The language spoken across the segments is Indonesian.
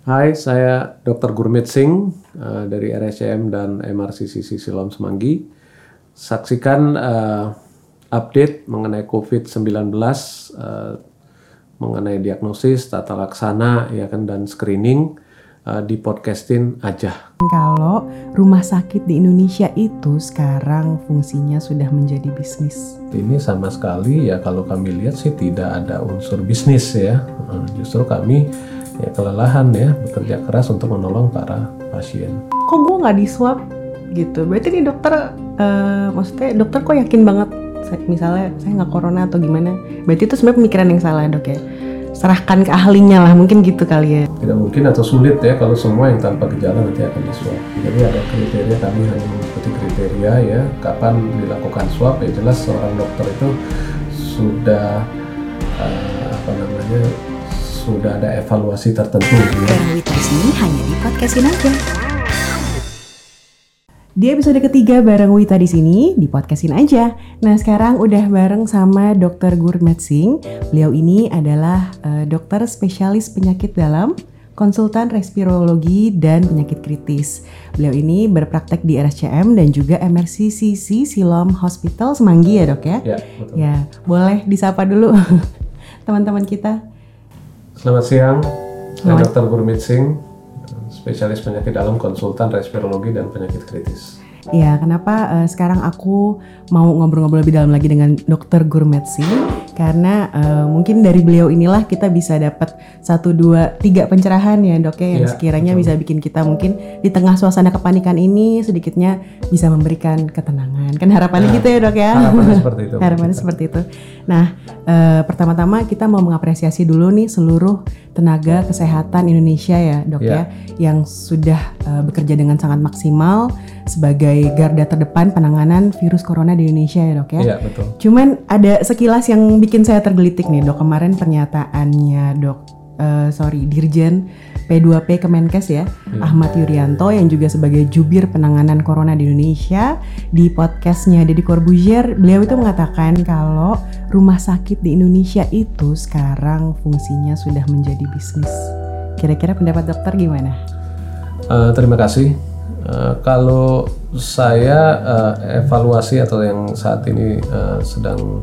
Hai, saya Dr. Gurmeet Singh dari RSCM dan MRCCC Siloam Semanggi. Saksikan update mengenai COVID-19, mengenai diagnosis, tata laksana, ya kan, dan screening di Podcastin aja. Kalau rumah sakit di Indonesia itu sekarang fungsinya sudah menjadi bisnis. Ini sama sekali ya kalau kami lihat sih tidak ada unsur bisnis ya. Justru kami ya kelelahan ya bekerja keras untuk menolong para pasien. Kok gue nggak di swab gitu? Berarti nih dokter, maksudnya dokter kok yakin banget misalnya saya nggak corona atau gimana? Berarti itu sebenarnya pemikiran yang salah dok ya? Serahkan ke ahlinya lah, mungkin gitu kali ya. Tidak mungkin atau sulit ya kalau semua yang tanpa gejala nanti akan di swab. Jadi ada kriteria, kami hanya mengikuti kriteria ya kapan dilakukan swab. Ya jelas seorang dokter itu sudah sudah ada evaluasi tertentu. Bareng Wita di sini hanya di Podcastin aja. Di episode ketiga bareng Wita di sini di Podcastin aja. Nah sekarang udah bareng sama Dr. Gurmeet Singh. Beliau ini adalah dokter spesialis penyakit dalam, konsultan respirologi dan penyakit kritis. Beliau ini berpraktek di RSCM dan juga MRCCC Siloam Hospital Semanggi ya dok ya? Ya, betul. Ya, boleh disapa dulu teman-teman kita. Selamat siang, saya Dr. Gurmeet Singh, spesialis penyakit dalam, konsultan respirologi dan penyakit kritis. Ya, kenapa sekarang aku mau ngobrol-ngobrol lebih dalam lagi dengan Dr. Gurmeet Singh? Karena mungkin dari beliau inilah kita bisa dapat 1, 2, 3 pencerahan ya dok ya, yang sekiranya betul. bisa bikin kita mungkin di tengah suasana kepanikan ini sedikitnya bisa memberikan ketenangan. Kan harapannya gitu ya dok ya? Harapannya seperti itu. Harapannya seperti itu. Nah, pertama-tama kita mau mengapresiasi dulu nih seluruh tenaga kesehatan Indonesia ya dok ya, yang sudah bekerja dengan sangat maksimal sebagai garda terdepan penanganan virus corona di Indonesia ya dok ya. Iya, betul. Cuman ada sekilas yang bikin saya tergelitik nih dok, kemarin pernyataannya Dirjen P2P Kemenkes ya, Ahmad Yuryanto yang juga sebagai jubir penanganan corona di Indonesia, di podcastnya Deddy Corbuzier, beliau itu mengatakan kalau rumah sakit di Indonesia itu sekarang fungsinya sudah menjadi bisnis. Kira-kira pendapat dokter gimana? Terima kasih. Kalau saya evaluasi atau yang saat ini sedang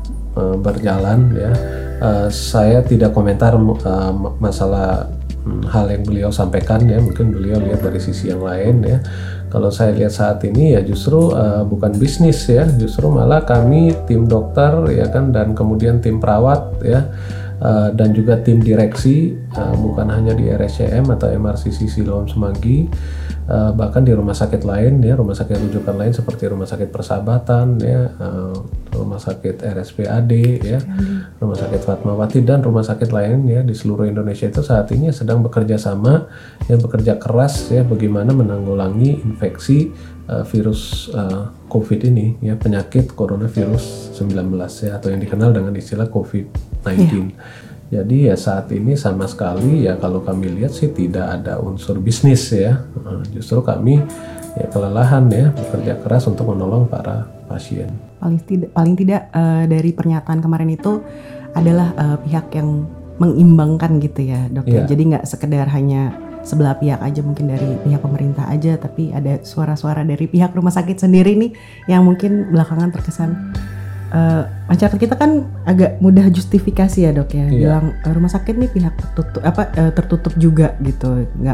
berjalan ya, saya tidak komentar masalah hal yang beliau sampaikan ya, mungkin beliau lihat dari sisi yang lain ya. Kalau saya lihat saat ini ya justru bukan bisnis ya, justru malah kami tim dokter ya kan, dan kemudian tim perawat ya, dan juga tim direksi, bukan hanya di RSCM atau MRCCC Siloam Semanggi, bahkan di rumah sakit lain ya, rumah sakit rujukan lain seperti Rumah Sakit Persahabatan ya, Rumah Sakit RSPAD ya, Rumah Sakit Fatmawati dan rumah sakit lain ya di seluruh Indonesia itu saat ini sedang bekerja sama ya, bekerja keras ya bagaimana menanggulangi infeksi virus COVID ini ya, penyakit coronavirus 19 ya, atau yang dikenal dengan istilah COVID-19. Jadi ya saat ini sama sekali ya kalau kami lihat sih tidak ada unsur bisnis ya. Justru kami ya kelelahan ya bekerja keras untuk menolong para pasien. Paling tidak dari pernyataan kemarin itu adalah pihak yang mengimbangkan gitu ya dok ya. Jadi nggak sekedar hanya sebelah pihak aja, mungkin dari pihak pemerintah aja, tapi ada suara-suara dari pihak rumah sakit sendiri nih yang mungkin belakangan terkesan masyarakat kita kan agak mudah justifikasi ya dok ya, bilang rumah sakit nih pihak tertutup juga gitu, nggak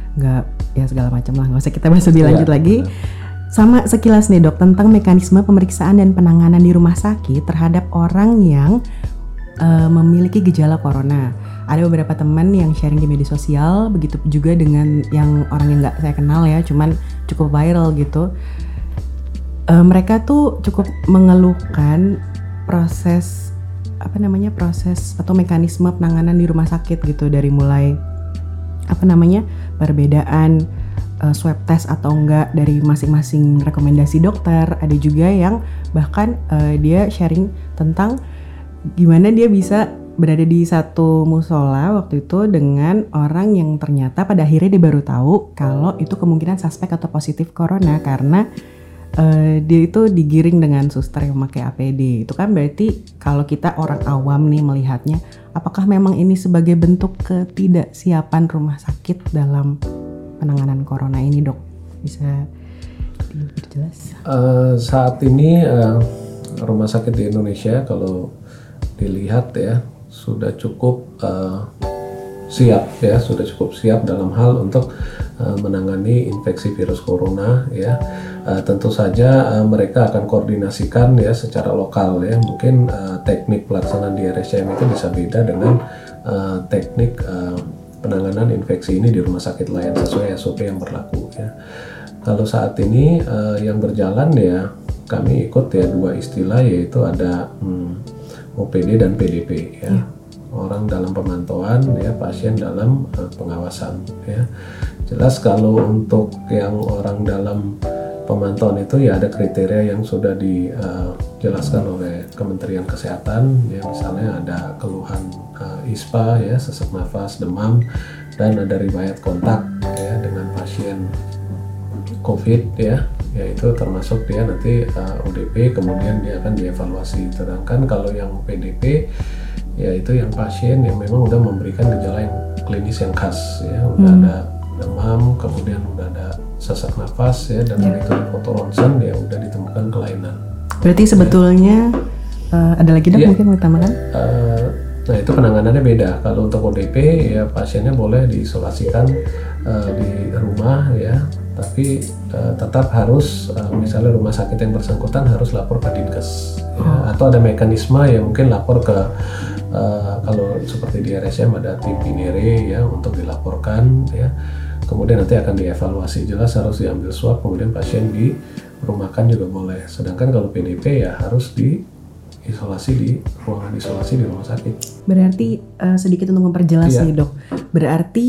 ya segala macam lah, nggak usah kita bahas lebih lanjut lagi. Sama sekilas nih dok tentang mekanisme pemeriksaan dan penanganan di rumah sakit terhadap orang yang memiliki gejala corona. Ada beberapa teman yang sharing di media sosial, begitu juga dengan yang orang yang nggak saya kenal ya, cuman cukup viral gitu. Mereka tuh cukup mengeluhkan proses atau mekanisme penanganan di rumah sakit gitu, dari mulai perbedaan swab test atau enggak dari masing-masing rekomendasi dokter. Ada juga yang bahkan dia sharing tentang gimana dia bisa berada di satu musola waktu itu dengan orang yang ternyata pada akhirnya dia baru tahu kalau itu kemungkinan suspek atau positif corona karena dia itu digiring dengan suster yang memakai APD. Itu kan berarti kalau kita orang awam nih melihatnya, apakah memang ini sebagai bentuk ketidaksiapan rumah sakit dalam penanganan corona ini, Dok? Bisa diperjelas? Saat ini rumah sakit di Indonesia kalau dilihat ya sudah cukup siap ya, sudah cukup siap dalam hal untuk menangani infeksi virus corona ya. Tentu saja mereka akan koordinasikan ya secara lokal ya. Mungkin teknik pelaksanaan di RSCM itu bisa beda dengan teknik penanganan infeksi ini di rumah sakit lain sesuai SOP yang berlaku ya. Kalau saat ini yang berjalan ya kami ikut ya dua istilah, yaitu ada OPD dan PDP ya. Orang dalam pemantauan ya, pasien dalam pengawasan ya. Jelas kalau untuk yang orang dalam pemantauan itu ya ada kriteria yang sudah dijelaskan oleh Kementerian Kesehatan ya, misalnya ada keluhan ISPA ya, sesak nafas, demam, dan ada riwayat kontak ya dengan pasien COVID ya, yaitu termasuk dia nanti ODP, kemudian dia akan dievaluasi. Sedangkan kalau yang PDP yaitu yang pasien yang memang udah memberikan gejala yang klinis yang khas ya, udah ada demam, kemudian udah ada sesak nafas ya, dan itu foto ronsen ya udah ditemukan kelainan. Berarti sebetulnya ada lagi, Dok, mungkin mau ditambahkan? Nah itu penanganannya beda. Kalau untuk ODP ya pasiennya boleh diisolasikan di rumah ya, tapi tetap harus misalnya rumah sakit yang bersangkutan harus lapor ke Dinkes ya, atau ada mekanisme ya mungkin lapor ke kalau seperti di RSCM ada tim Pinere ya untuk dilaporkan ya, kemudian nanti akan dievaluasi. Jelas harus diambil swab, kemudian pasien dirumahkan juga boleh. Sedangkan kalau PDP ya harus diisolasi di ruangan isolasi di rumah sakit. Berarti sedikit untuk memperjelas nih, Dok, berarti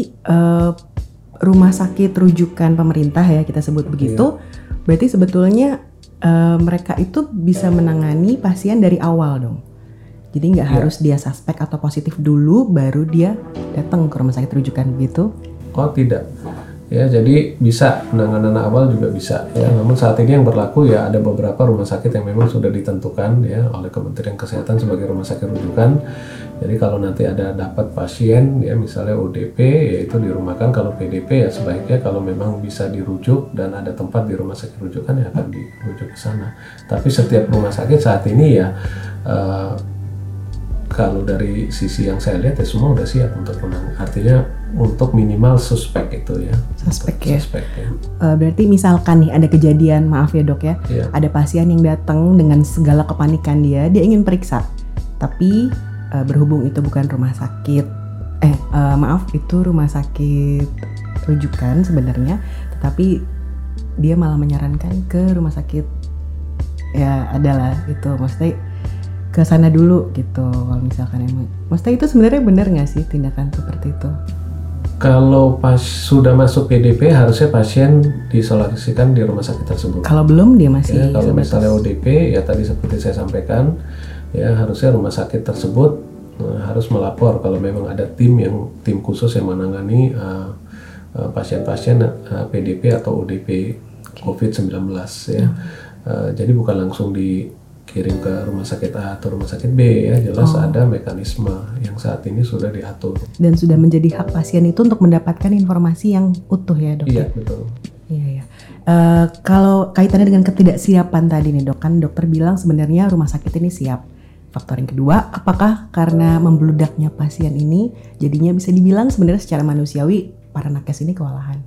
rumah sakit rujukan pemerintah ya kita sebut begitu, berarti sebetulnya mereka itu bisa menangani pasien dari awal dong. Jadi nggak harus dia suspek atau positif dulu baru dia datang ke rumah sakit rujukan gitu? Oh tidak, ya jadi bisa penanganan awal juga bisa ya. Namun saat ini yang berlaku ya ada beberapa rumah sakit yang memang sudah ditentukan ya oleh Kementerian Kesehatan sebagai rumah sakit rujukan. Jadi kalau nanti ada dapat pasien ya misalnya ODP yaitu dirumahkan. Kalau PDP ya sebaiknya kalau memang bisa dirujuk dan ada tempat di rumah sakit rujukan ya akan dirujuk ke sana. Tapi setiap rumah sakit saat ini ya kalau dari sisi yang saya lihat ya semua udah siap untuk artinya untuk minimal suspek itu ya. Suspek ya. Berarti misalkan nih ada kejadian, maaf ya Dok ya, ada pasien yang datang dengan segala kepanikan dia ingin periksa, tapi berhubung itu bukan rumah sakit, itu rumah sakit rujukan sebenarnya, tetapi dia malah menyarankan ke rumah sakit ya adalah itu, maksudnya ke sana dulu gitu. Kalau misalkan emang, maksudnya itu sebenarnya benar nggak sih tindakan seperti itu? Kalau pas sudah masuk PDP harusnya pasien diisolasikan di rumah sakit tersebut. Kalau belum dia masih. Ya, kalau misalnya ODP ya tadi seperti saya sampaikan ya harusnya rumah sakit tersebut harus melapor kalau memang ada tim khusus yang menangani pasien-pasien PDP atau ODP COVID-19 ya. Jadi bukan langsung dikirim ke rumah sakit A atau rumah sakit B ya, jelas ada mekanisme yang saat ini sudah diatur. Dan sudah menjadi hak pasien itu untuk mendapatkan informasi yang utuh ya Dok? Iya betul. Iya. Kalau kaitannya dengan ketidaksiapan tadi nih Dok, kan dokter bilang sebenarnya rumah sakit ini siap. Faktor yang kedua, apakah karena membludaknya pasien ini jadinya bisa dibilang sebenarnya secara manusiawi para nakes ini kewalahan?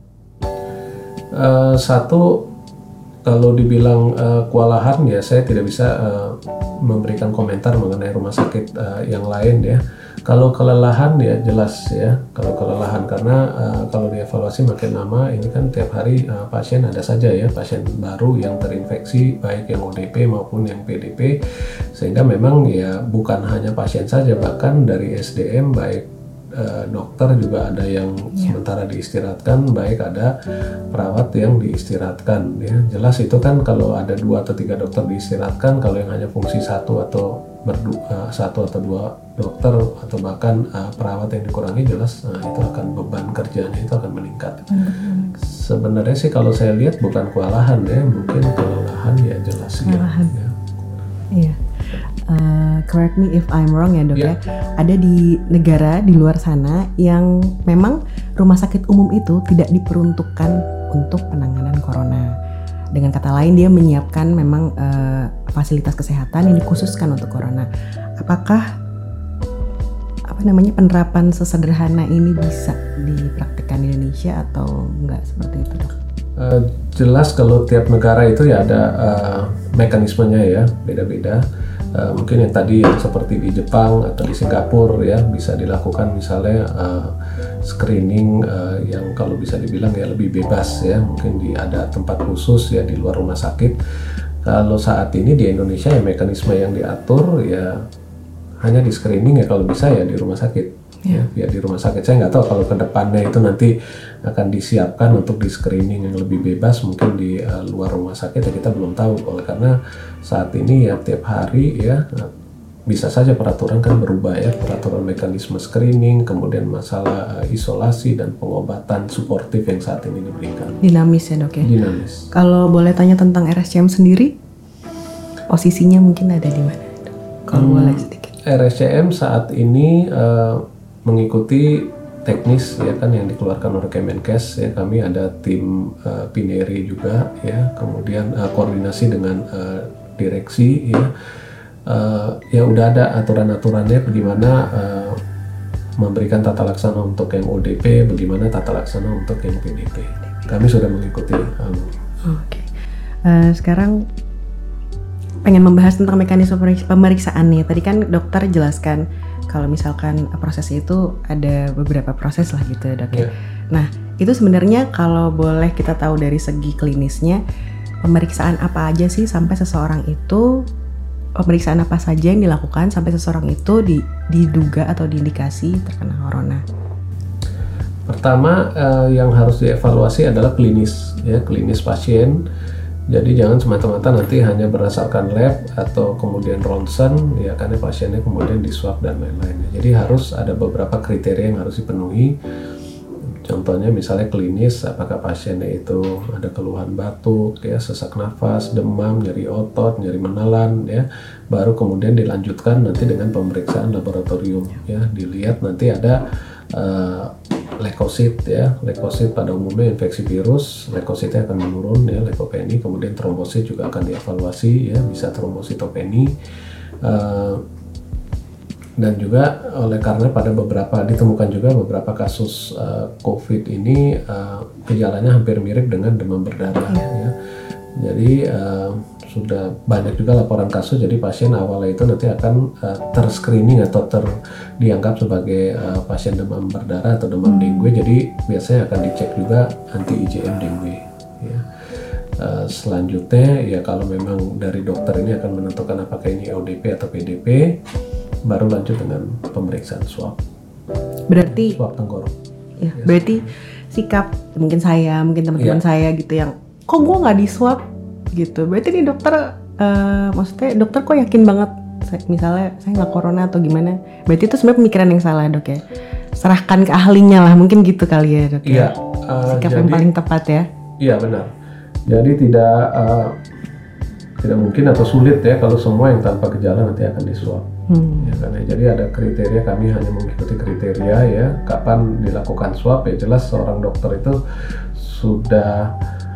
Satu, kalau dibilang kewalahan ya saya tidak bisa memberikan komentar mengenai rumah sakit yang lain ya. Kalau kelelahan ya jelas ya, kalau kelelahan karena kalau dievaluasi makin lama ini kan tiap hari pasien ada saja ya, pasien baru yang terinfeksi baik yang ODP maupun yang PDP, sehingga memang ya bukan hanya pasien saja, bahkan dari SDM baik dokter juga ada yang sementara diistirahatkan, baik ada perawat yang diistirahatkan ya. Jelas itu kan kalau ada 2 atau 3 dokter diistirahatkan, kalau yang hanya fungsi satu atau dua dokter atau bahkan perawat yang dikurangi, jelas itu akan beban kerjanya itu akan meningkat. Sebenarnya sih kalau saya lihat bukan kewalahan ya, mungkin kelelahan ya jelas kelelahan. Ya. Iya. Correct me if I'm wrong ya dok ya. Ada di negara di luar sana yang memang rumah sakit umum itu tidak diperuntukkan untuk penanganan corona. Dengan kata lain dia menyiapkan memang fasilitas kesehatan yang dikhususkan untuk corona. Apakah penerapan sesederhana ini bisa dipraktikkan di Indonesia atau enggak seperti itu dok? Jelas kalau tiap negara itu ya ada mekanismenya ya beda-beda. Mungkin yang tadi yang seperti di Jepang atau di Singapura ya bisa dilakukan misalnya screening yang kalau bisa dibilang ya lebih bebas ya, mungkin ada tempat khusus ya di luar rumah sakit. Kalau saat ini di Indonesia ya mekanisme yang diatur ya hanya di screening ya kalau bisa ya di rumah sakit. Ya di rumah sakit. Saya nggak tahu kalau ke depannya itu nanti akan disiapkan untuk di screening yang lebih bebas mungkin di luar rumah sakit ya kita belum tahu. Oleh karena saat ini ya tiap hari ya bisa saja peraturan kan berubah ya, peraturan mekanisme screening, kemudian masalah isolasi dan pengobatan suportif yang saat ini diberikan. Dinamis ya dok ya? Dinamis. Kalau boleh tanya tentang RSCM sendiri, posisinya mungkin ada di mana dok? Kalau boleh sedikit. RSCM saat ini mengikuti teknis ya kan yang dikeluarkan oleh Kemenkes ya, kami ada tim Pineri juga ya, kemudian koordinasi dengan direksi ya, ya udah ada aturan-aturannya bagaimana memberikan tata laksana untuk yang ODP, bagaimana tata laksana untuk yang PDP. Kami sudah mengikuti. Oke. Sekarang pengen membahas tentang mekanisme pemeriksaan nih. Tadi kan dokter jelaskan kalau misalkan prosesnya itu ada beberapa proses lah gitu dok ya. Nah itu sebenarnya kalau boleh kita tahu dari segi klinisnya, pemeriksaan apa aja sih sampai seseorang itu, pemeriksaan apa saja yang dilakukan sampai seseorang itu diduga atau diindikasi terkena corona? Pertama yang harus dievaluasi adalah klinis ya, klinis pasien. Jadi jangan semata-mata nanti hanya berdasarkan lab atau kemudian ronsen ya, karena pasiennya kemudian di swab dan lain-lainnya. Jadi harus ada beberapa kriteria yang harus dipenuhi. Contohnya misalnya klinis, apakah pasiennya itu ada keluhan batuk ya, sesak nafas, demam, nyeri otot, nyeri menelan ya. Baru kemudian dilanjutkan nanti dengan pemeriksaan laboratorium ya, dilihat nanti ada leukosit ya, leukosit pada umumnya infeksi virus, leukositnya akan menurun ya, leukopeni, kemudian trombosit juga akan dievaluasi ya, bisa trombositopeni, dan juga oleh karena pada beberapa ditemukan juga beberapa kasus COVID ini gejalanya hampir mirip dengan demam berdarah ya, jadi sudah banyak juga laporan kasus, jadi pasien awalnya itu nanti akan terscreening atau dianggap sebagai pasien demam berdarah atau demam dengue, jadi biasanya akan dicek juga anti IgM dengue ya. Selanjutnya ya kalau memang dari dokter ini akan menentukan apakah ini ODP atau PDP, baru lanjut dengan pemeriksaan swab. Berarti swab tenggorok ya, berarti sikap mungkin teman-teman saya gitu yang kok gue nggak di swab gitu, berarti nih dokter maksudnya dokter kok yakin banget misalnya saya nggak corona atau gimana, berarti itu sebenarnya pemikiran yang salah dok ya, serahkan ke ahlinya lah mungkin gitu kali ya dok ya. Sikap yang paling tepat ya. Iya benar, jadi tidak mungkin atau sulit ya kalau semua yang tanpa gejala nanti akan diswab ya, karena jadi ada kriteria, kami hanya mengikuti kriteria ya, kapan dilakukan swab ya, jelas seorang dokter itu sudah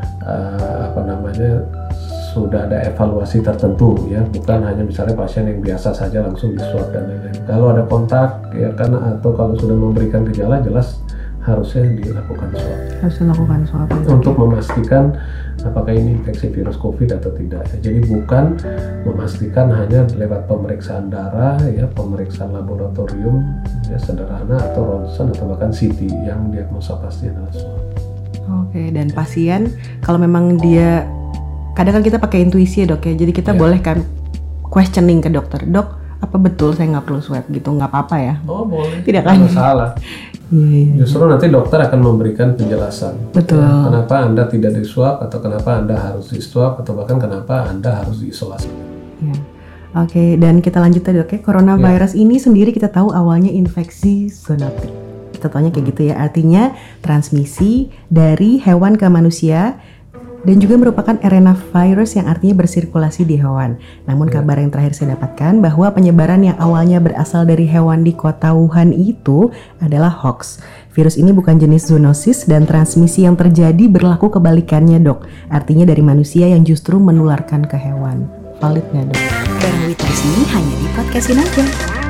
sudah ada evaluasi tertentu ya, bukan hanya misalnya pasien yang biasa saja langsung diswab dan lain-lain. Kalau ada kontak ya kan, atau kalau sudah memberikan gejala, jelas harusnya dilakukan swab. Harus dilakukan swab untuk memastikan apakah ini infeksi virus COVID atau tidak. Jadi bukan memastikan hanya lewat pemeriksaan darah ya, pemeriksaan laboratorium ya sederhana atau ronsen atau bahkan CT, yang diagnosa pasti adalah swab. Oke, dan pasien kalau memang dia, kadang kan kita pakai intuisi ya dok ya, jadi kita boleh kan questioning ke dokter, dok apa betul saya nggak perlu swab gitu, nggak apa-apa ya? Oh boleh, Tidak nggak kan? masalah. Iya. Justru nanti dokter akan memberikan penjelasan. Betul. Ya, kenapa Anda tidak di swab atau kenapa Anda harus di swab atau bahkan kenapa Anda harus diisolasi. Ya. Oke, dan kita lanjut tadi, oke. Coronavirus ini sendiri kita tahu awalnya infeksi zoonotik. Kita taunya kayak gitu ya, artinya transmisi dari hewan ke manusia dan juga merupakan RNA virus yang artinya bersirkulasi di hewan. Namun kabar yang terakhir saya dapatkan bahwa penyebaran yang awalnya berasal dari hewan di kota Wuhan itu adalah hoax. Virus ini bukan jenis zoonosis dan transmisi yang terjadi berlaku kebalikannya, Dok. Artinya dari manusia yang justru menularkan ke hewan. Valid nggak, Dok? Barang Wita di sini hanya di podcastin aja.